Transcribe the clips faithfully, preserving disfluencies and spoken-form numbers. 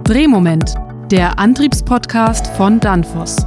Drehmoment, der Antriebspodcast von Danfoss.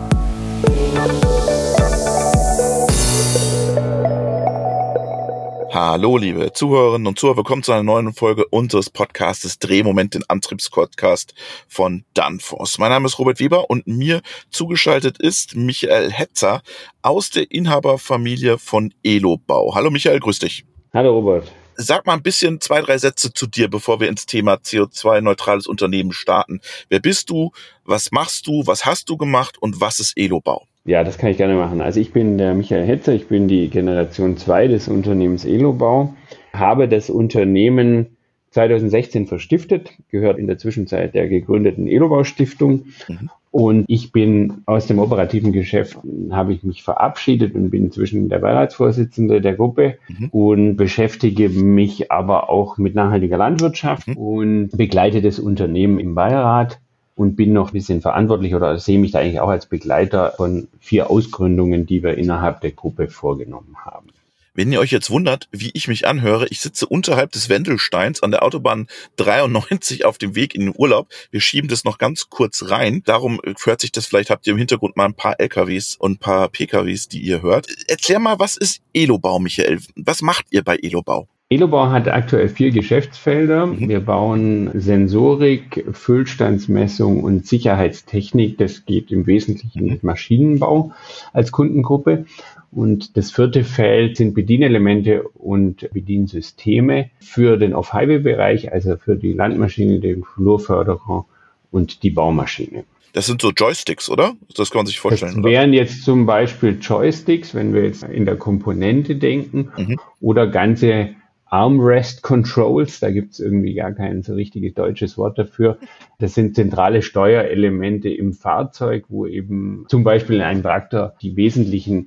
Hallo liebe Zuhörerinnen und Zuhörer, willkommen zu einer neuen Folge unseres Podcastes Drehmoment, den Antriebspodcast von Danfoss. Mein Name ist Robert Weber und mir zugeschaltet ist Michael Hetzer aus der Inhaberfamilie von Elobau. Hallo Michael, grüß dich. Hallo Robert. Sag mal ein bisschen zwei, drei Sätze zu dir, bevor wir ins Thema C O zwei neutrales Unternehmen starten. Wer bist du? Was machst du? Was hast du gemacht? Und was ist Elobau? Ja, das kann ich gerne machen. Also ich bin der Michael Hetzer, ich bin die Generation zwei des Unternehmens Elobau, habe das Unternehmen zweitausendsechzehn verstiftet, gehört in der Zwischenzeit der gegründeten Elobau Stiftung. Mhm. Und ich bin aus dem operativen Geschäft, habe ich mich verabschiedet und bin inzwischen der Beiratsvorsitzende der Gruppe mhm. und beschäftige mich aber auch mit nachhaltiger Landwirtschaft mhm. und begleite das Unternehmen im Beirat und bin noch ein bisschen verantwortlich oder sehe mich da eigentlich auch als Begleiter von vier Ausgründungen, die wir innerhalb der Gruppe vorgenommen haben. Wenn ihr euch jetzt wundert, wie ich mich anhöre, ich sitze unterhalb des Wendelsteins an der Autobahn dreiundneunzig auf dem Weg in den Urlaub. Wir schieben das noch ganz kurz rein. Darum hört sich das, vielleicht habt ihr im Hintergrund mal ein paar L K Ws und ein paar P K Ws, die ihr hört. Erklär mal, was ist Elobau, Michael? Was macht ihr bei Elobau? Elobau hat aktuell vier Geschäftsfelder. Mhm. Wir bauen Sensorik, Füllstandsmessung und Sicherheitstechnik. Das geht im Wesentlichen mit Maschinenbau als Kundengruppe. Und das vierte Feld sind Bedienelemente und Bediensysteme für den Off-Highway-Bereich, also für die Landmaschine, den Flurförderer und die Baumaschine. Das sind so Joysticks, oder? Das kann man sich vorstellen. Das wären oder? Jetzt zum Beispiel Joysticks, wenn wir jetzt in der Komponente denken, mhm. oder ganze Armrest Controls, da gibt es irgendwie gar kein so richtiges deutsches Wort dafür. Das sind zentrale Steuerelemente im Fahrzeug, wo eben zum Beispiel in einem Traktor die wesentlichen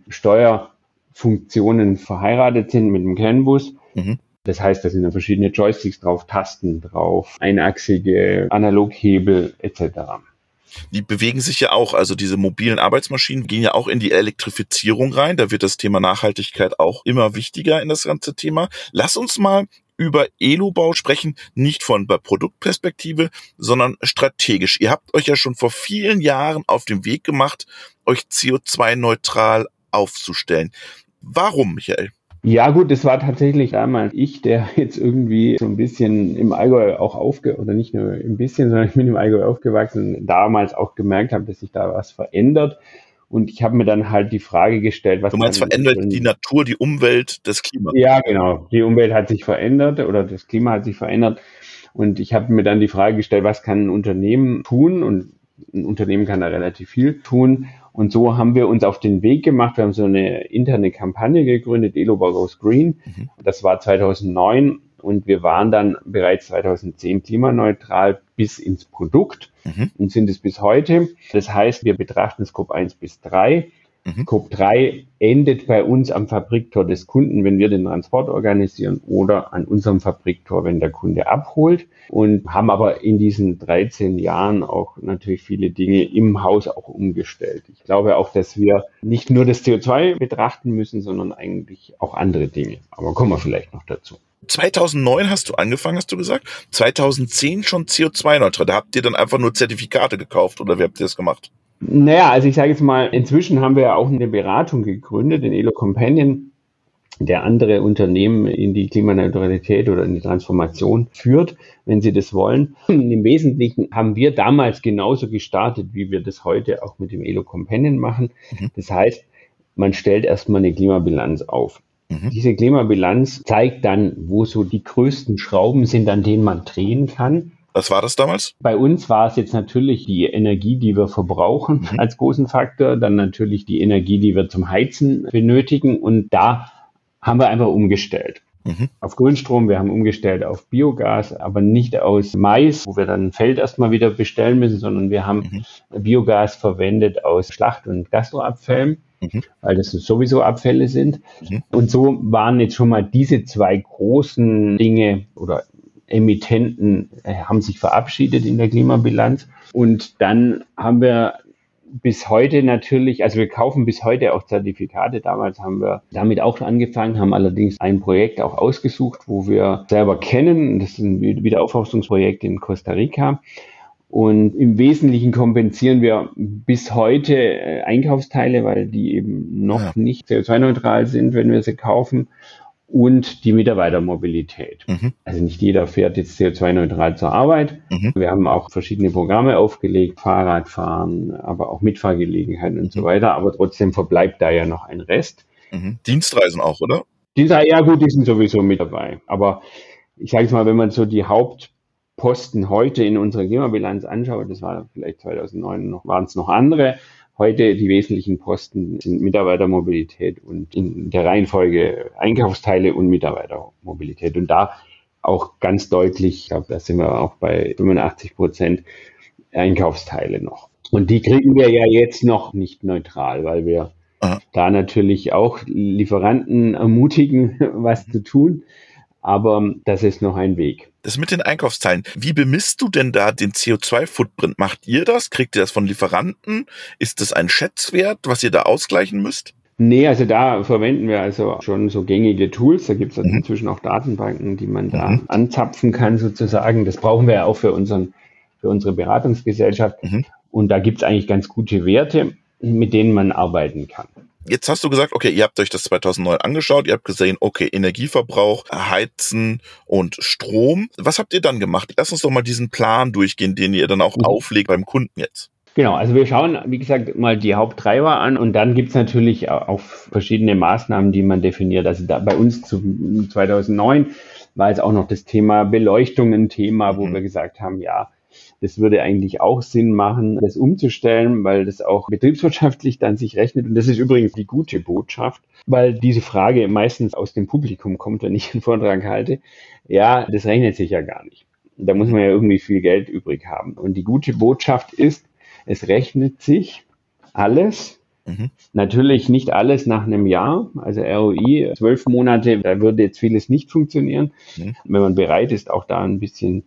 Steuerfunktionen verheiratet sind mit dem CAN-Bus. Mhm. Das heißt, da sind dann verschiedene Joysticks drauf, Tasten drauf, einachsige Analoghebel et cetera. Die bewegen sich ja auch, also diese mobilen Arbeitsmaschinen gehen ja auch in die Elektrifizierung rein. Da wird das Thema Nachhaltigkeit auch immer wichtiger in das ganze Thema. Lass uns mal über Elobau sprechen, nicht von der Produktperspektive, sondern strategisch. Ihr habt euch ja schon vor vielen Jahren auf den Weg gemacht, euch C O zwei neutral aufzustellen. Warum, Michael? Ja gut, das war tatsächlich damals ich, der jetzt irgendwie so ein bisschen im Allgäu auch aufge... oder nicht nur ein bisschen, sondern ich bin im Allgäu aufgewachsen und damals auch gemerkt habe, dass sich da was verändert. Und ich habe mir dann halt die Frage gestellt, was... Du meinst verändert die Natur, die Umwelt, das Klima? Ja, genau. Die Umwelt hat sich verändert oder das Klima hat sich verändert. Und ich habe mir dann die Frage gestellt, was kann ein Unternehmen tun? Und ein Unternehmen kann da relativ viel tun. Und so haben wir uns auf den Weg gemacht. Wir haben so eine interne Kampagne gegründet, Elobau Goes Green. Mhm. Das war zweitausendneun und wir waren dann bereits zweitausendzehn klimaneutral bis ins Produkt mhm. und sind es bis heute. Das heißt, wir betrachten Scope eins bis drei. Mhm. Scope drei endet bei uns am Fabriktor des Kunden, wenn wir den Transport organisieren, oder an unserem Fabriktor, wenn der Kunde abholt. Und haben aber in diesen dreizehn Jahren auch natürlich viele Dinge im Haus auch umgestellt. Ich glaube auch, dass wir nicht nur das C O zwei betrachten müssen, sondern eigentlich auch andere Dinge. Aber kommen wir vielleicht noch dazu. zweitausendneun hast du angefangen, hast du gesagt? zweitausendzehn schon C O zwei neutral. Da habt ihr dann einfach nur Zertifikate gekauft oder wie habt ihr das gemacht? Naja, also ich sage jetzt mal, inzwischen haben wir ja auch eine Beratung gegründet, den Elo Companion, der andere Unternehmen in die Klimaneutralität oder in die Transformation führt, wenn sie das wollen. Und im Wesentlichen haben wir damals genauso gestartet, wie wir das heute auch mit dem Elo Companion machen. Mhm. Das heißt, man stellt erstmal eine Klimabilanz auf. Mhm. Diese Klimabilanz zeigt dann, wo so die größten Schrauben sind, an denen man drehen kann. Was war das damals? Bei uns war es jetzt natürlich die Energie, die wir verbrauchen mhm. als großen Faktor, dann natürlich die Energie, die wir zum Heizen benötigen, und da haben wir einfach umgestellt. Mhm. Auf Grünstrom, wir haben umgestellt auf Biogas, aber nicht aus Mais, wo wir dann ein Feld erstmal wieder bestellen müssen, sondern wir haben mhm. Biogas verwendet aus Schlacht- und Gastroabfällen, mhm. weil das sowieso Abfälle sind. Mhm. Und so waren jetzt schon mal diese zwei großen Dinge oder Emittenten äh, haben sich verabschiedet in der Klimabilanz. Und dann haben wir bis heute natürlich, also wir kaufen bis heute auch Zertifikate. Damals haben wir damit auch angefangen, haben allerdings ein Projekt auch ausgesucht, wo wir selber kennen. Das ist ein Wiederaufforstungsprojekt in Costa Rica. Und im Wesentlichen kompensieren wir bis heute äh, Einkaufsteile, weil die eben noch Ja. nicht C O zwei neutral sind, wenn wir sie kaufen, und die Mitarbeitermobilität. Mhm. Also nicht jeder fährt jetzt C O zwei neutral zur Arbeit. Mhm. Wir haben auch verschiedene Programme aufgelegt, Fahrradfahren, aber auch Mitfahrgelegenheiten und so weiter. Aber trotzdem verbleibt da ja noch ein Rest. Mhm. Dienstreisen auch, oder? Die sagen, ja gut, die sind sowieso mit dabei. Aber ich sage es mal, wenn man so die Hauptposten heute in unserer Klimabilanz anschaut, das war vielleicht zweitausendneun, noch, waren es noch andere. Heute die wesentlichen Posten sind Mitarbeitermobilität und in der Reihenfolge Einkaufsteile und Mitarbeitermobilität. Und da auch ganz deutlich, ich glaube, da sind wir auch bei fünfundachtzig Prozent Einkaufsteile noch. Und die kriegen wir ja jetzt noch nicht neutral, weil wir Aha. da natürlich auch Lieferanten ermutigen, was zu tun. Aber das ist noch ein Weg. Das mit den Einkaufsteilen. Wie bemisst du denn da den C O zwei Footprint? Macht ihr das? Kriegt ihr das von Lieferanten? Ist das ein Schätzwert, was ihr da ausgleichen müsst? Nee, also da verwenden wir also schon so gängige Tools. Da gibt es also mhm. inzwischen auch Datenbanken, die man da mhm. anzapfen kann sozusagen. Das brauchen wir ja auch für, unseren, für unsere Beratungsgesellschaft. Mhm. Und da gibt es eigentlich ganz gute Werte, mit denen man arbeiten kann. Jetzt hast du gesagt, okay, ihr habt euch das zweitausendneun angeschaut, ihr habt gesehen, okay, Energieverbrauch, Heizen und Strom. Was habt ihr dann gemacht? Lass uns doch mal diesen Plan durchgehen, den ihr dann auch mhm. auflegt beim Kunden jetzt. Genau, also wir schauen, wie gesagt, mal die Haupttreiber an und dann gibt es natürlich auch verschiedene Maßnahmen, die man definiert. Also da bei uns zu zweitausendneun war jetzt auch noch das Thema Beleuchtung ein Thema, wo mhm. wir gesagt haben, ja, das würde eigentlich auch Sinn machen, das umzustellen, weil das auch betriebswirtschaftlich dann sich rechnet. Und das ist übrigens die gute Botschaft, weil diese Frage meistens aus dem Publikum kommt, wenn ich einen Vortrag halte. Ja, das rechnet sich ja gar nicht. Da muss man ja irgendwie viel Geld übrig haben. Und die gute Botschaft ist, es rechnet sich alles. Mhm. Natürlich nicht alles nach einem Jahr. Also R O I, zwölf Monate, da würde jetzt vieles nicht funktionieren. Mhm. Wenn man bereit ist, auch da ein bisschen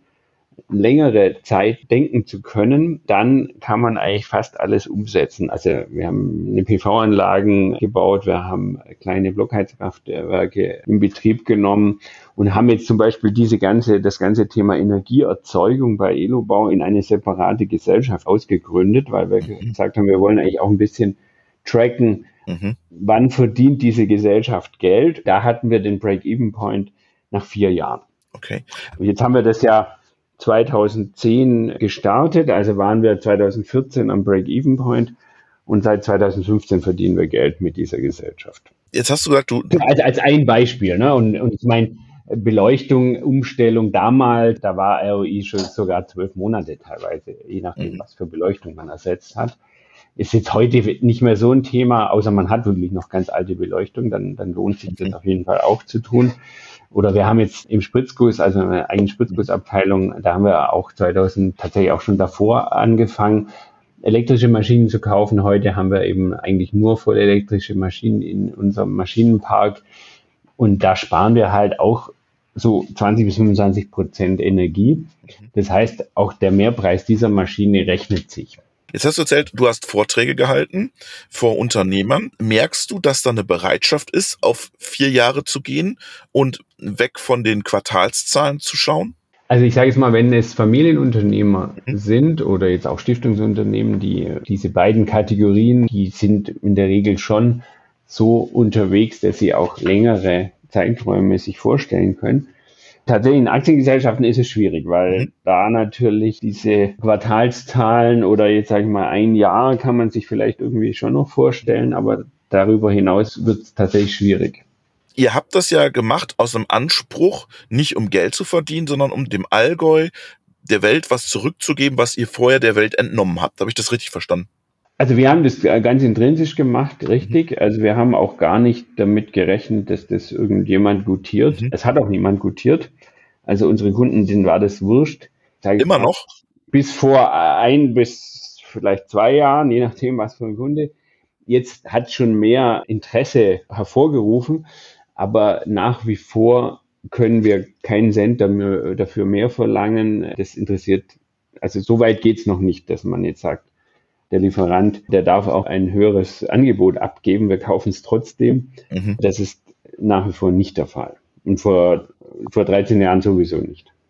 längere Zeit denken zu können, dann kann man eigentlich fast alles umsetzen. Also wir haben eine P V-Anlagen gebaut, wir haben kleine Blockheizkraftwerke in Betrieb genommen und haben jetzt zum Beispiel diese ganze, das ganze Thema Energieerzeugung bei Elobau in eine separate Gesellschaft ausgegründet, weil wir mhm. gesagt haben, wir wollen eigentlich auch ein bisschen tracken, mhm. wann verdient diese Gesellschaft Geld. Da hatten wir den Break-Even-Point nach vier Jahren. Okay. Und jetzt haben wir das ja zweitausendzehn gestartet, also waren wir zweitausendvierzehn am Break-Even-Point und seit zweitausendfünfzehn verdienen wir Geld mit dieser Gesellschaft. Jetzt hast du gesagt, du... Als, als ein Beispiel, ne? Und, und ich meine, Beleuchtung, Umstellung damals, da war R O I schon sogar zwölf Monate teilweise, je nachdem, mhm. was für Beleuchtung man ersetzt hat. Ist jetzt heute nicht mehr so ein Thema, außer man hat wirklich noch ganz alte Beleuchtung, dann, dann lohnt sich das auf jeden Fall auch zu tun. Oder wir haben jetzt im Spritzguss, also eine eigene Spritzgussabteilung, da haben wir auch zweitausend tatsächlich auch schon davor angefangen, elektrische Maschinen zu kaufen. Heute haben wir eben eigentlich nur voll elektrische Maschinen in unserem Maschinenpark. Und da sparen wir halt auch so zwanzig bis fünfundzwanzig Prozent Energie. Das heißt, auch der Mehrpreis dieser Maschine rechnet sich. Jetzt hast du erzählt, du hast Vorträge gehalten vor Unternehmern. Merkst du, dass da eine Bereitschaft ist, auf vier Jahre zu gehen und weg von den Quartalszahlen zu schauen? Also ich sage jetzt mal, wenn es Familienunternehmer mhm. sind oder jetzt auch Stiftungsunternehmen, die diese beiden Kategorien, die sind in der Regel schon so unterwegs, dass sie auch längere Zeiträume sich vorstellen können. Tatsächlich in Aktiengesellschaften ist es schwierig, weil mhm. da natürlich diese Quartalszahlen oder jetzt sage ich mal ein Jahr kann man sich vielleicht irgendwie schon noch vorstellen, aber darüber hinaus wird es tatsächlich schwierig. Ihr habt das ja gemacht aus einem Anspruch, nicht um Geld zu verdienen, sondern um dem Allgäu, der Welt was zurückzugeben, was ihr vorher der Welt entnommen habt. Habe ich das richtig verstanden? Also wir haben das ganz intrinsisch gemacht, richtig. Also wir haben auch gar nicht damit gerechnet, dass das irgendjemand gutiert. Mhm. Es hat auch niemand gutiert. Also unsere Kunden, denen war das wurscht. Immer mal, noch? Bis vor ein bis vielleicht zwei Jahren, je nachdem, was für ein Kunde. Jetzt hat schon mehr Interesse hervorgerufen, aber nach wie vor können wir keinen Cent dafür mehr verlangen. Das interessiert, also so weit geht's noch nicht, dass man jetzt sagt, der Lieferant, der darf auch ein höheres Angebot abgeben, wir kaufen es trotzdem. Mhm. Das ist nach wie vor nicht der Fall. Und vor, vor dreizehn Jahren sowieso nicht.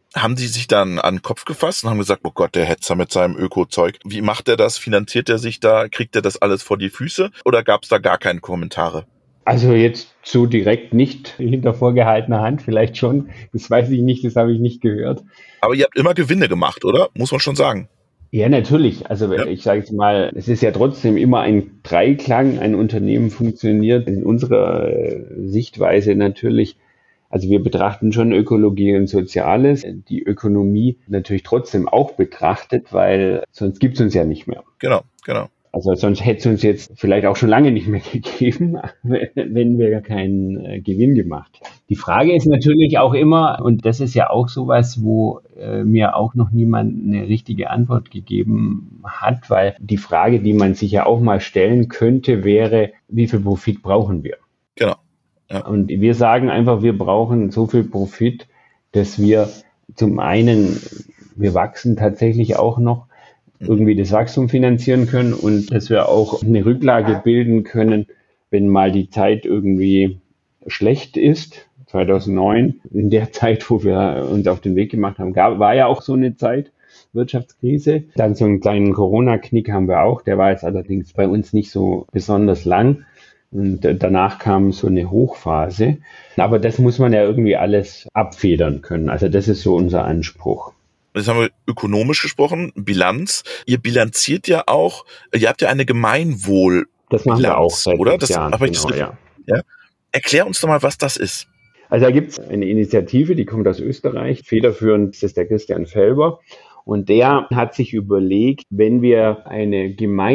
Haben die sich dann an den Kopf gefasst und haben gesagt, oh Gott, der Hetzer mit seinem Öko-Zeug. Wie macht er das? Finanziert er sich da? Kriegt er das alles vor die Füße? Oder gab es da gar keine Kommentare? Also jetzt so direkt nicht hinter vorgehaltener Hand, vielleicht schon. Das weiß ich nicht, das habe ich nicht gehört. Aber ihr habt immer Gewinne gemacht, oder? Muss man schon sagen. Ja, natürlich. Also Ja. ich sage jetzt mal, es ist ja trotzdem immer ein Dreiklang. Ein Unternehmen funktioniert in unserer äh, Sichtweise natürlich. Also wir betrachten schon Ökologie und Soziales, die Ökonomie natürlich trotzdem auch betrachtet, weil sonst gibt es uns ja nicht mehr. Genau, genau. Also sonst hätte es uns jetzt vielleicht auch schon lange nicht mehr gegeben, wenn wir keinen äh, Gewinn gemacht hätten. Die Frage ist natürlich auch immer, und das ist ja auch sowas, wo äh, mir auch noch niemand eine richtige Antwort gegeben hat, weil die Frage, die man sich ja auch mal stellen könnte, wäre, wie viel Profit brauchen wir? Genau. Ja. Und wir sagen einfach, wir brauchen so viel Profit, dass wir zum einen, wir wachsen tatsächlich auch noch, irgendwie das Wachstum finanzieren können und dass wir auch eine Rücklage bilden können, wenn mal die Zeit irgendwie schlecht ist. zweitausendneun, in der Zeit, wo wir uns auf den Weg gemacht haben, gab, war ja auch so eine Zeit, Wirtschaftskrise. Dann so einen kleinen Corona-Knick haben wir auch, der war jetzt allerdings bei uns nicht so besonders lang. Und danach kam so eine Hochphase. Aber das muss man ja irgendwie alles abfedern können. Also das ist so unser Anspruch. Jetzt haben wir ökonomisch gesprochen, Bilanz. Ihr bilanziert ja auch, ihr habt ja eine Gemeinwohl. Das machen wir auch seit oder? sechs Das, Jahren. aber ich Genau, das, ja. Ja. Erklär uns doch mal, was das ist. Also da gibt es eine Initiative, die kommt aus Österreich. Federführend ist der Christian Felber. Und der hat sich überlegt, wenn wir eine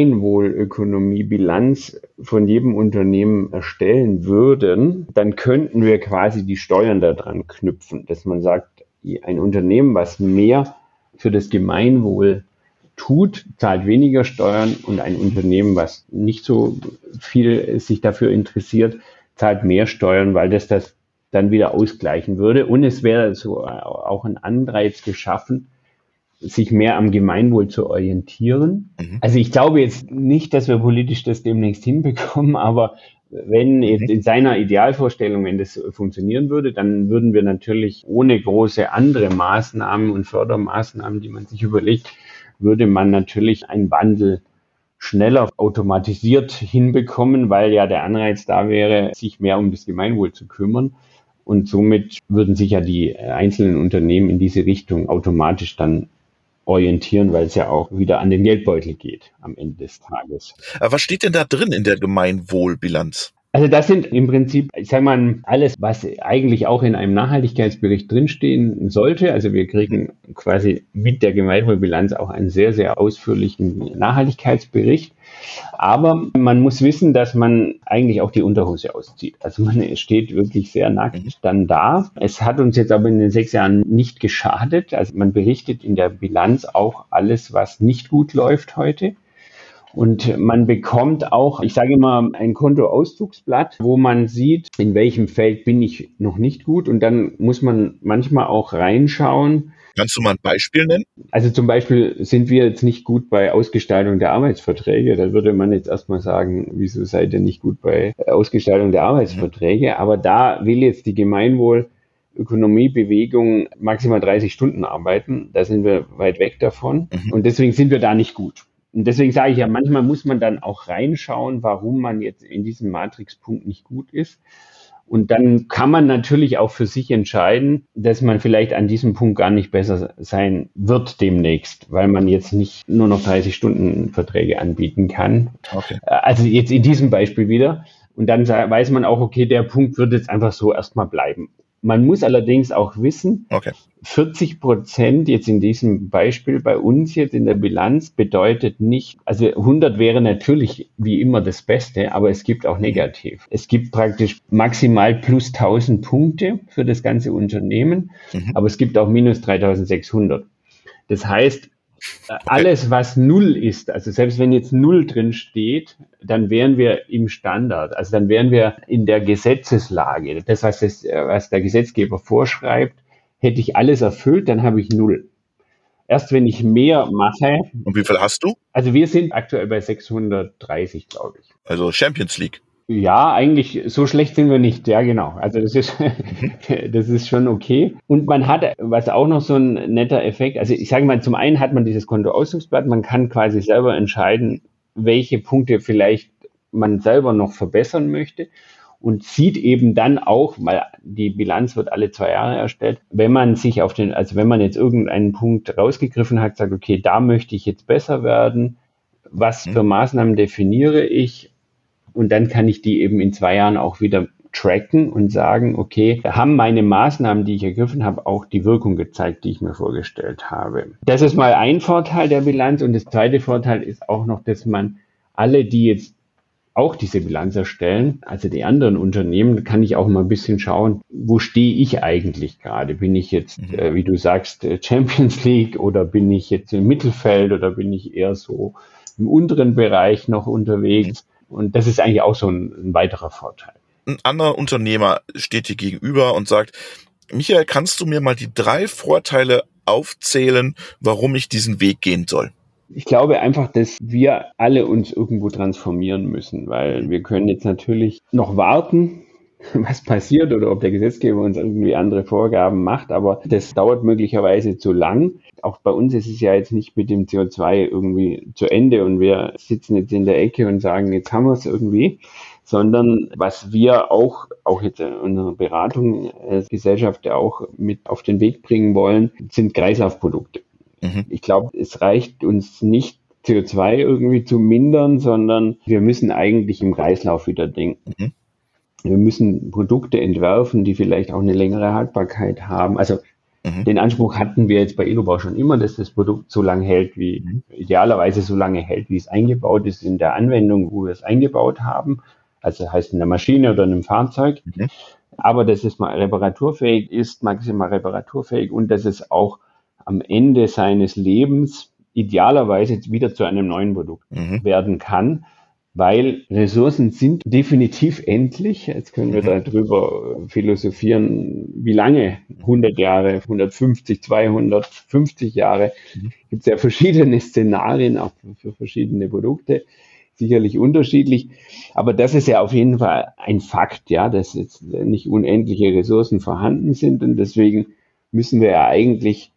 Gemeinwohlökonomie-Bilanz von jedem Unternehmen erstellen würden, dann könnten wir quasi die Steuern daran knüpfen, dass man sagt, ein Unternehmen, was mehr für das Gemeinwohl tut, zahlt weniger Steuern und ein Unternehmen, was nicht so viel sich dafür interessiert, zahlt mehr Steuern, weil das das dann wieder ausgleichen würde. Und es wäre so auch ein Anreiz geschaffen, sich mehr am Gemeinwohl zu orientieren. Mhm. Also ich glaube jetzt nicht, dass wir politisch das demnächst hinbekommen, aber wenn jetzt in seiner Idealvorstellung, wenn das funktionieren würde, dann würden wir natürlich ohne große andere Maßnahmen und Fördermaßnahmen, die man sich überlegt, würde man natürlich einen Wandel schneller automatisiert hinbekommen, weil ja der Anreiz da wäre, sich mehr um das Gemeinwohl zu kümmern. Und somit würden sich ja die einzelnen Unternehmen in diese Richtung automatisch dann orientieren, weil es ja auch wieder an den Geldbeutel geht am Ende des Tages. Aber was steht denn da drin in der Gemeinwohlbilanz? Also das sind im Prinzip, ich sage mal, alles, was eigentlich auch in einem Nachhaltigkeitsbericht drinstehen sollte. Also wir kriegen quasi mit der Gemeinwohlbilanz auch einen sehr, sehr ausführlichen Nachhaltigkeitsbericht. Aber man muss wissen, dass man eigentlich auch die Unterhose auszieht. Also man steht wirklich sehr nackt dann da. Es hat uns jetzt aber in den sechs Jahren nicht geschadet. Also man berichtet in der Bilanz auch alles, was nicht gut läuft heute. Und man bekommt auch, ich sage immer, ein Kontoauszugsblatt, wo man sieht, in welchem Feld bin ich noch nicht gut. Und dann muss man manchmal auch reinschauen. Kannst du mal ein Beispiel nennen? Also zum Beispiel sind wir jetzt nicht gut bei Ausgestaltung der Arbeitsverträge. Da würde man jetzt erstmal sagen, wieso seid ihr nicht gut bei Ausgestaltung der Arbeitsverträge? Aber da will jetzt die Gemeinwohlökonomiebewegung maximal dreißig Stunden arbeiten. Da sind wir weit weg davon. Mhm. Und deswegen sind wir da nicht gut. Und deswegen sage ich ja, manchmal muss man dann auch reinschauen, warum man jetzt in diesem Matrixpunkt nicht gut ist. Und dann kann man natürlich auch für sich entscheiden, dass man vielleicht an diesem Punkt gar nicht besser sein wird demnächst, weil man jetzt nicht nur noch dreißig Stunden Verträge anbieten kann. Okay. Also jetzt in diesem Beispiel wieder. Und dann weiß man auch, okay, der Punkt wird jetzt einfach so erstmal bleiben. Man muss allerdings auch wissen, okay. vierzig Prozent jetzt in diesem Beispiel bei uns jetzt in der Bilanz bedeutet nicht, also hundert wäre natürlich wie immer das Beste, aber es gibt auch negativ. Es gibt praktisch maximal plus tausend Punkte für das ganze Unternehmen, mhm. aber es gibt auch minus dreitausendsechshundert. Das heißt, alles, was null ist, also selbst wenn jetzt null drin steht, dann wären wir im Standard. Also dann wären wir in der Gesetzeslage. Das, was, das, was der Gesetzgeber vorschreibt, hätte ich alles erfüllt, dann habe ich null. Erst wenn ich mehr mache. Und wie viel hast du? Also wir sind aktuell bei sechshundertdreißig, glaube ich. Also Champions League. Ja, eigentlich so schlecht sind wir nicht. Ja, genau. Also das ist, das ist schon okay. Und man hat, was auch noch so ein netter Effekt, also ich sage mal, zum einen hat man dieses Kontoauszug-Blatt, man kann quasi selber entscheiden, welche Punkte vielleicht man selber noch verbessern möchte und sieht eben dann auch, weil die Bilanz wird alle zwei Jahre erstellt, wenn man sich auf den, also wenn man jetzt irgendeinen Punkt rausgegriffen hat, sagt, okay, da möchte ich jetzt besser werden, was für Maßnahmen definiere ich? Und dann kann ich die eben in zwei Jahren auch wieder tracken und sagen, okay, haben meine Maßnahmen, die ich ergriffen habe, auch die Wirkung gezeigt, die ich mir vorgestellt habe. Das ist mal ein Vorteil der Bilanz. Und das zweite Vorteil ist auch noch, dass man alle, die jetzt auch diese Bilanz erstellen, also die anderen Unternehmen, kann ich auch mal ein bisschen schauen, wo stehe ich eigentlich gerade? Bin ich jetzt, mhm. äh, wie du sagst, Champions League oder bin ich jetzt im Mittelfeld oder bin ich eher so im unteren Bereich noch unterwegs? Mhm. Und das ist eigentlich auch so ein, ein weiterer Vorteil. Ein anderer Unternehmer steht dir gegenüber und sagt, Michael, kannst du mir mal die drei Vorteile aufzählen, warum ich diesen Weg gehen soll? Ich glaube einfach, dass wir alle uns irgendwo transformieren müssen, weil wir können jetzt natürlich noch warten, was passiert oder ob der Gesetzgeber uns irgendwie andere Vorgaben macht, aber das dauert möglicherweise zu lang. Auch bei uns ist es ja jetzt nicht mit dem C O zwei irgendwie zu Ende und wir sitzen jetzt in der Ecke und sagen, jetzt haben wir es irgendwie, sondern was wir auch, auch jetzt in unserer Beratung als Gesellschaft auch mit auf den Weg bringen wollen, sind Kreislaufprodukte. Mhm. Ich glaube, es reicht uns nicht, C O zwei irgendwie zu mindern, sondern wir müssen eigentlich im Kreislauf wieder denken. Mhm. Wir müssen Produkte entwerfen, die vielleicht auch eine längere Haltbarkeit haben. Also mhm. den Anspruch hatten wir jetzt bei Elobau schon immer, dass das Produkt so lange hält, wie mhm. idealerweise so lange hält, wie es eingebaut ist in der Anwendung, wo wir es eingebaut haben. Also heißt in der Maschine oder in einem Fahrzeug. Mhm. Aber dass es mal reparaturfähig ist, maximal reparaturfähig und dass es auch am Ende seines Lebens idealerweise wieder zu einem neuen Produkt mhm. werden kann. Weil Ressourcen sind definitiv endlich. Jetzt können wir mhm. darüber philosophieren, wie lange, hundert Jahre, hundertfünfzig, zweihundertfünfzig Jahre. Mhm. Es gibt ja verschiedene Szenarien, auch für verschiedene Produkte, sicherlich unterschiedlich. Aber das ist ja auf jeden Fall ein Fakt, ja, dass jetzt nicht unendliche Ressourcen vorhanden sind. Und deswegen müssen wir ja eigentlich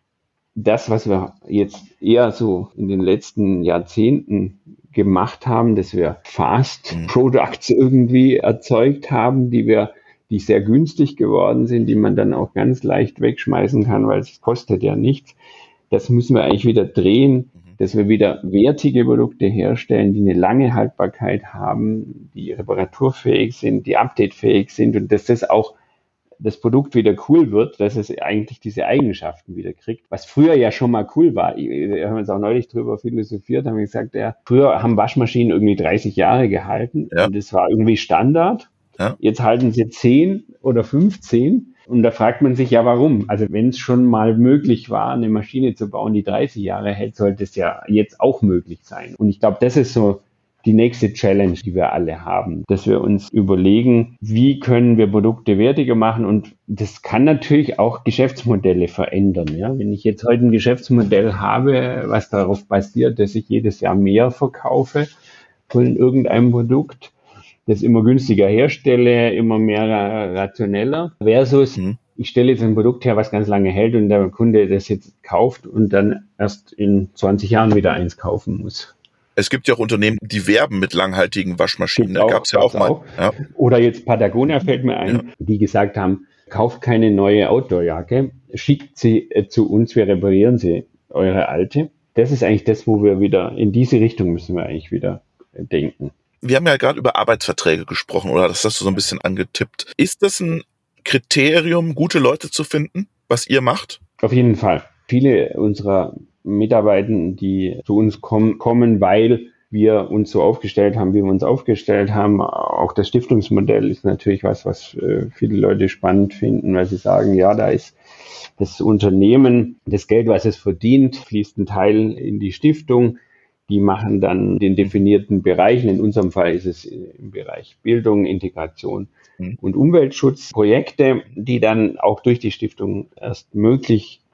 das, was wir jetzt eher so in den letzten Jahrzehnten gemacht haben, dass wir Fast Products irgendwie erzeugt haben, die wir, die sehr günstig geworden sind, die man dann auch ganz leicht wegschmeißen kann, weil es kostet ja nichts. Das müssen wir eigentlich wieder drehen, dass wir wieder wertige Produkte herstellen, die eine lange Haltbarkeit haben, die reparaturfähig sind, die updatefähig sind und dass das auch das Produkt wieder cool wird, dass es eigentlich diese Eigenschaften wieder kriegt, was früher ja schon mal cool war. Wir haben uns auch neulich drüber philosophiert, haben gesagt, ja, früher haben Waschmaschinen irgendwie dreißig Jahre gehalten ja. und das war irgendwie Standard. Ja. Jetzt halten sie zehn oder fünfzehn und da fragt man sich ja, warum? Also wenn es schon mal möglich war, eine Maschine zu bauen, die dreißig Jahre hält, sollte es ja jetzt auch möglich sein. Und ich glaube, das ist so die nächste Challenge, die wir alle haben, dass wir uns überlegen, wie können wir Produkte wertiger machen und das kann natürlich auch Geschäftsmodelle verändern. Ja? Wenn ich jetzt heute ein Geschäftsmodell habe, was darauf basiert, dass ich jedes Jahr mehr verkaufe von irgendeinem Produkt, das immer günstiger herstelle, immer mehr rationeller, versus mhm. ich stelle jetzt ein Produkt her, was ganz lange hält und der Kunde das jetzt kauft und dann erst in zwanzig Jahren wieder eins kaufen muss. Es gibt ja auch Unternehmen, die werben mit langhaltigen Waschmaschinen. Da gab es ja auch mal. Auch. Ja. Oder jetzt Patagonia fällt mir ein, ja. die gesagt haben, kauft keine neue Outdoor-Jacke, schickt sie äh, zu uns, wir reparieren sie, eure alte. Das ist eigentlich das, wo wir wieder, in diese Richtung müssen wir eigentlich wieder äh, denken. Wir haben ja gerade über Arbeitsverträge gesprochen, oder das hast du so ein bisschen angetippt. Ist das ein Kriterium, gute Leute zu finden, was ihr macht? Auf jeden Fall. Viele unserer Mitarbeitenden, die zu uns kommen, kommen, weil wir uns so aufgestellt haben, wie wir uns aufgestellt haben. Auch das Stiftungsmodell ist natürlich was, was viele Leute spannend finden, weil sie sagen, ja, da ist das Unternehmen, das Geld, was es verdient, fließt ein Teil in die Stiftung. Die machen dann den definierten Bereichen, in unserem Fall ist es im Bereich Bildung, Integration und Umweltschutz, Projekte, die dann auch durch die Stiftung erst möglich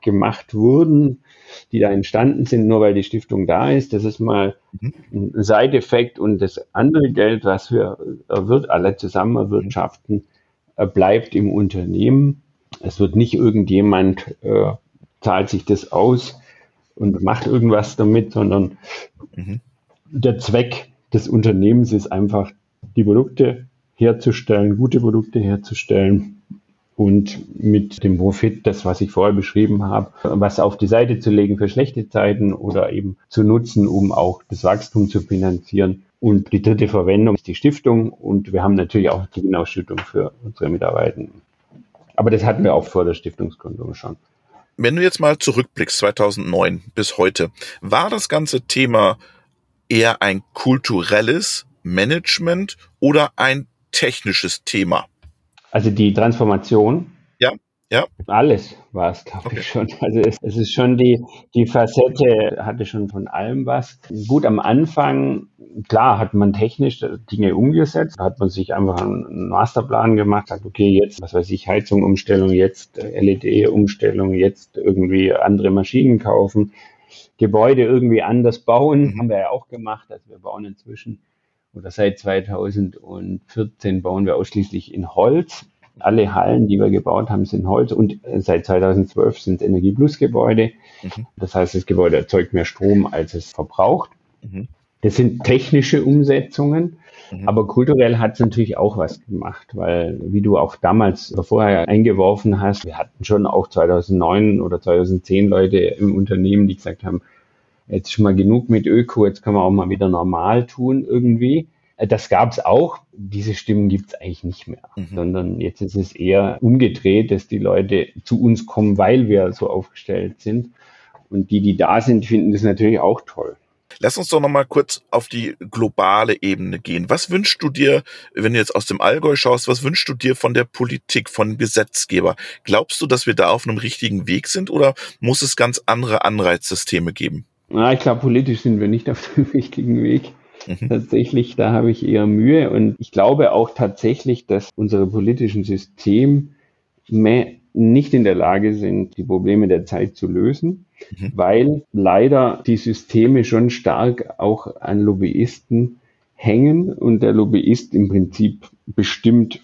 gemacht wurden, die da entstanden sind, nur weil die Stiftung da ist. Das ist mal ein Side-Effekt. Und das andere Geld, was wir wird alle zusammen erwirtschaften, bleibt im Unternehmen. Es wird nicht irgendjemand äh, zahlt sich das aus und macht irgendwas damit, sondern mhm. der Zweck des Unternehmens ist einfach, die Produkte herzustellen, gute Produkte herzustellen und mit dem Profit, das, was ich vorher beschrieben habe, was auf die Seite zu legen für schlechte Zeiten oder eben zu nutzen, um auch das Wachstum zu finanzieren. Und die dritte Verwendung ist die Stiftung und wir haben natürlich auch die Gewinnausschüttung für unsere Mitarbeiter. Aber das hatten wir auch vor der Stiftungsgründung schon. Wenn du jetzt mal zurückblickst, zweitausendneun bis heute, war das ganze Thema eher ein kulturelles Management oder ein technisches Thema? Also die Transformation? Ja, ja. Alles war es, glaube okay. ich schon. Also es, es ist schon die, die Facette, hatte schon von allem was. Gut, am Anfang, klar, hat man technisch Dinge umgesetzt, hat man sich einfach einen Masterplan gemacht, sagt, okay, jetzt, was weiß ich, Heizung-Umstellung, jetzt L E D-Umstellung, jetzt irgendwie andere Maschinen kaufen, Gebäude irgendwie anders bauen, mhm. haben wir ja auch gemacht. Also wir bauen inzwischen, oder seit zweitausendvierzehn bauen wir ausschließlich in Holz. Alle Hallen, die wir gebaut haben, sind Holz und seit zweitausendzwölf sind es Energieplus-Gebäude. Mhm. Das heißt, das Gebäude erzeugt mehr Strom, als es verbraucht. Mhm. Das sind technische Umsetzungen, mhm. aber kulturell hat es natürlich auch was gemacht, weil, wie du auch damals vorher eingeworfen hast, wir hatten schon auch zweitausendneun oder zweitausendzehn Leute im Unternehmen, die gesagt haben, jetzt schon mal genug mit Öko, jetzt können wir auch mal wieder normal tun irgendwie. Das gab es auch. Diese Stimmen gibt es eigentlich nicht mehr, mhm. sondern jetzt ist es eher umgedreht, dass die Leute zu uns kommen, weil wir so aufgestellt sind. Und die, die da sind, finden das natürlich auch toll. Lass uns doch noch mal kurz auf die globale Ebene gehen. Was wünschst du dir, wenn du jetzt aus dem Allgäu schaust, was wünschst du dir von der Politik, von Gesetzgeber? Glaubst du, dass wir da auf einem richtigen Weg sind oder muss es ganz andere Anreizsysteme geben? Na, ich glaube, politisch sind wir nicht auf dem richtigen Weg. Mhm. Tatsächlich, da habe ich eher Mühe und ich glaube auch tatsächlich, dass unsere politischen Systeme nicht in der Lage sind, die Probleme der Zeit zu lösen, mhm. weil leider die Systeme schon stark auch an Lobbyisten hängen und der Lobbyist im Prinzip bestimmt,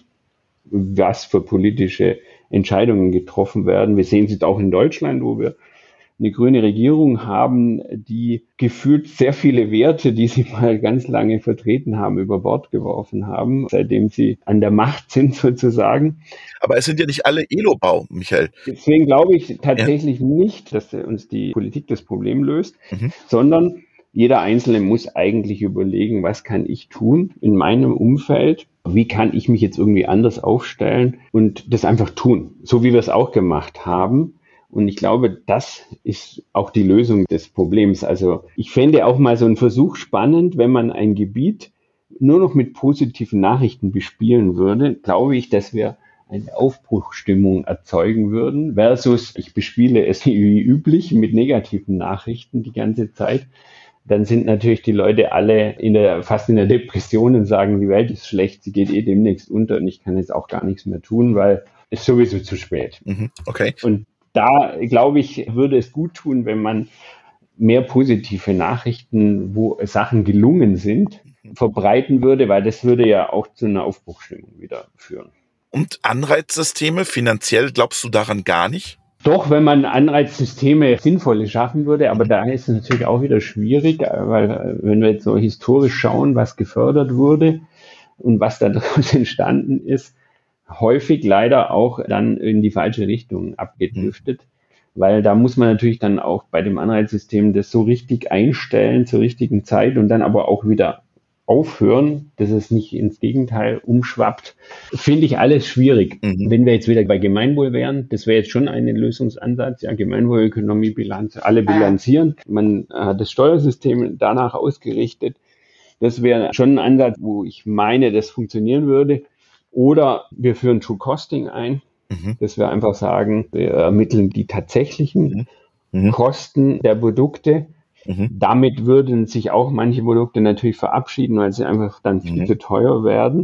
was für politische Entscheidungen getroffen werden. Wir sehen es jetzt auch in Deutschland, wo wir eine grüne Regierung haben, die gefühlt sehr viele Werte, die sie mal ganz lange vertreten haben, über Bord geworfen haben, seitdem sie an der Macht sind sozusagen. Aber es sind ja nicht alle Elobau, Michael. Deswegen glaube ich tatsächlich ja. nicht, dass uns die Politik das Problem löst, mhm. sondern jeder Einzelne muss eigentlich überlegen, was kann ich tun in meinem Umfeld? Wie kann ich mich jetzt irgendwie anders aufstellen und das einfach tun, so wie wir es auch gemacht haben. Und ich glaube, das ist auch die Lösung des Problems. Also ich fände auch mal so einen Versuch spannend, wenn man ein Gebiet nur noch mit positiven Nachrichten bespielen würde, glaube ich, dass wir eine Aufbruchsstimmung erzeugen würden, versus ich bespiele es wie üblich mit negativen Nachrichten die ganze Zeit. Dann sind natürlich die Leute alle in der, fast in der Depression und sagen, die Welt ist schlecht, sie geht eh demnächst unter und ich kann jetzt auch gar nichts mehr tun, weil es ist sowieso zu spät. Okay. Und da, glaube ich, würde es gut tun, wenn man mehr positive Nachrichten, wo Sachen gelungen sind, verbreiten würde, weil das würde ja auch zu einer Aufbruchsstimmung wieder führen. Und Anreizsysteme finanziell, glaubst du daran gar nicht? Doch, wenn man Anreizsysteme sinnvolle schaffen würde, aber da ist es natürlich auch wieder schwierig, weil wenn wir jetzt so historisch schauen, was gefördert wurde und was daraus entstanden ist, häufig leider auch dann in die falsche Richtung abgedriftet, weil da muss man natürlich dann auch bei dem Anreizsystem das so richtig einstellen zur richtigen Zeit und dann aber auch wieder aufhören, dass es nicht ins Gegenteil umschwappt, finde ich alles schwierig. Mhm. Wenn wir jetzt wieder bei Gemeinwohl wären, das wäre jetzt schon ein Lösungsansatz, ja, Gemeinwohlökonomie, Bilanz, alle bilanzieren. Man hat das Steuersystem danach ausgerichtet. Das wäre schon ein Ansatz, wo ich meine, das funktionieren würde. Oder wir führen True Costing ein, mhm. dass wir einfach sagen, wir ermitteln die tatsächlichen mhm. Kosten der Produkte. Mhm. Damit würden sich auch manche Produkte natürlich verabschieden, weil sie einfach dann viel mhm. zu teuer werden.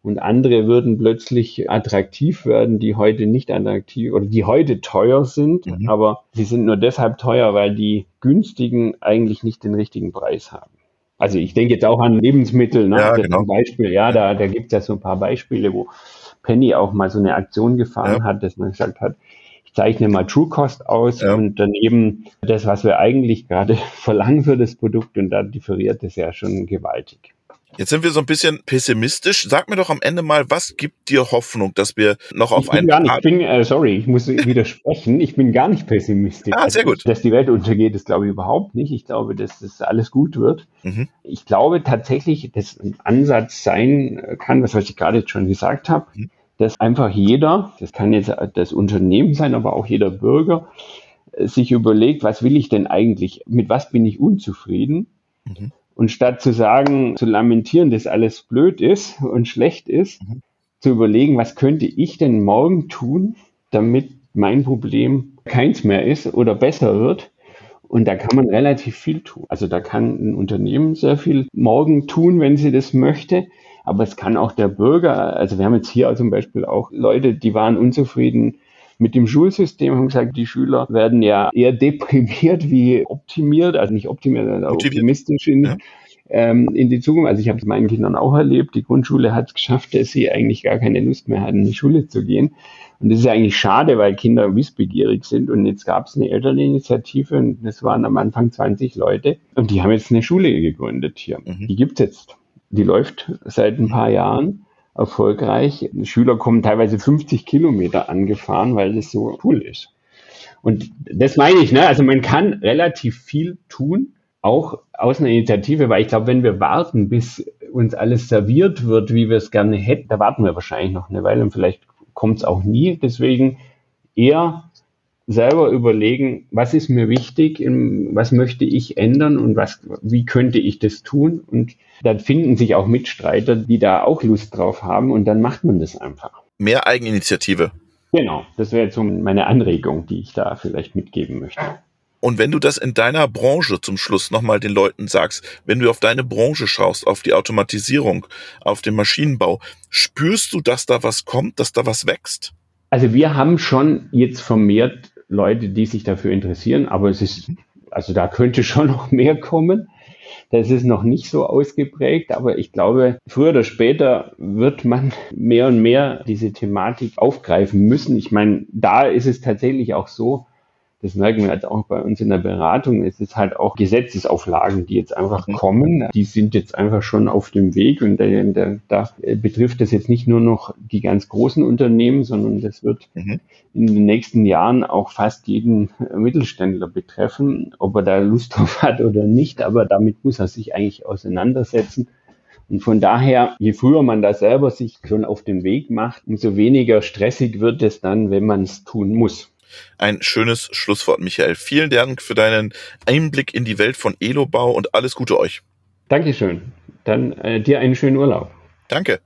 und andere würden plötzlich attraktiv werden, die heute nicht attraktiv oder die heute teuer sind, mhm. aber sie sind nur deshalb teuer, weil die günstigen eigentlich nicht den richtigen Preis haben. Also ich denke jetzt auch an Lebensmittel, ne? Ja, Das genau. ist ein Beispiel, ja, da, da gibt es ja so ein paar Beispiele, wo Penny auch mal so eine Aktion gefahren ja. hat, dass man gesagt hat, ich zeichne mal True Cost aus ja. und daneben das, was wir eigentlich gerade verlangen für das Produkt, und da differiert es ja schon gewaltig. Jetzt sind wir so ein bisschen pessimistisch. Sag mir doch am Ende mal, was gibt dir Hoffnung, dass wir noch auf ich bin einen... Gar nicht, ich bin, äh, sorry, ich muss widersprechen. Ich bin gar nicht pessimistisch. Ah, sehr gut. Also, dass die Welt untergeht, das glaube ich überhaupt nicht. Ich glaube, dass das alles gut wird. Mhm. Ich glaube tatsächlich, dass ein Ansatz sein kann, das, was ich gerade jetzt schon gesagt habe, mhm. dass einfach jeder, das kann jetzt das Unternehmen sein, aber auch jeder Bürger, sich überlegt, was will ich denn eigentlich, mit was bin ich unzufrieden? Mhm. Und statt zu sagen, zu lamentieren, dass alles blöd ist und schlecht ist, mhm. zu überlegen, was könnte ich denn morgen tun, damit mein Problem keins mehr ist oder besser wird. Und da kann man relativ viel tun. Also da kann ein Unternehmen sehr viel morgen tun, wenn sie das möchte. Aber es kann auch der Bürger, also wir haben jetzt hier zum Beispiel auch Leute, die waren unzufrieden mit dem Schulsystem, haben gesagt, die Schüler werden ja eher deprimiert wie optimiert, also nicht optimiert, sondern optimistisch in, ja. ähm, in die Zukunft. Also ich habe es meinen Kindern auch erlebt, die Grundschule hat es geschafft, dass sie eigentlich gar keine Lust mehr hatten, in die Schule zu gehen. Und das ist ja eigentlich schade, weil Kinder wissbegierig sind. Und jetzt gab es eine Elterninitiative und das waren am Anfang zwanzig Leute und die haben jetzt eine Schule gegründet hier. Mhm. Die gibt's jetzt. Die läuft seit ein paar Jahren erfolgreich. Die Schüler kommen teilweise fünfzig Kilometer angefahren, weil das so cool ist. Und das meine ich, ne? Also man kann relativ viel tun, auch aus einer Initiative, weil ich glaube, wenn wir warten, bis uns alles serviert wird, wie wir es gerne hätten, da warten wir wahrscheinlich noch eine Weile und vielleicht kommt es auch nie. Deswegen eher selber überlegen, was ist mir wichtig, was möchte ich ändern und was, wie könnte ich das tun? Und dann finden sich auch Mitstreiter, die da auch Lust drauf haben und dann macht man das einfach. Mehr Eigeninitiative. Genau, das wäre jetzt so meine Anregung, die ich da vielleicht mitgeben möchte. Und wenn du das in deiner Branche zum Schluss nochmal den Leuten sagst, wenn du auf deine Branche schaust, auf die Automatisierung, auf den Maschinenbau, spürst du, dass da was kommt, dass da was wächst? Also wir haben schon jetzt vermehrt Leute, die sich dafür interessieren, aber es ist, also da könnte schon noch mehr kommen. Das ist noch nicht so ausgeprägt, aber ich glaube, früher oder später wird man mehr und mehr diese Thematik aufgreifen müssen. Ich meine, da ist es tatsächlich auch so, das merken wir jetzt auch bei uns in der Beratung, es ist halt auch Gesetzesauflagen, die jetzt einfach kommen. Die sind jetzt einfach schon auf dem Weg und da, da, da betrifft das jetzt nicht nur noch die ganz großen Unternehmen, sondern das wird mhm. in den nächsten Jahren auch fast jeden Mittelständler betreffen, ob er da Lust drauf hat oder nicht, aber damit muss er sich eigentlich auseinandersetzen. Und von daher, je früher man da selber sich schon auf den Weg macht, umso weniger stressig wird es dann, wenn man es tun muss. Ein schönes Schlusswort, Michael. Vielen Dank für deinen Einblick in die Welt von Elobau und alles Gute euch. Dankeschön. Dann äh, dir einen schönen Urlaub. Danke.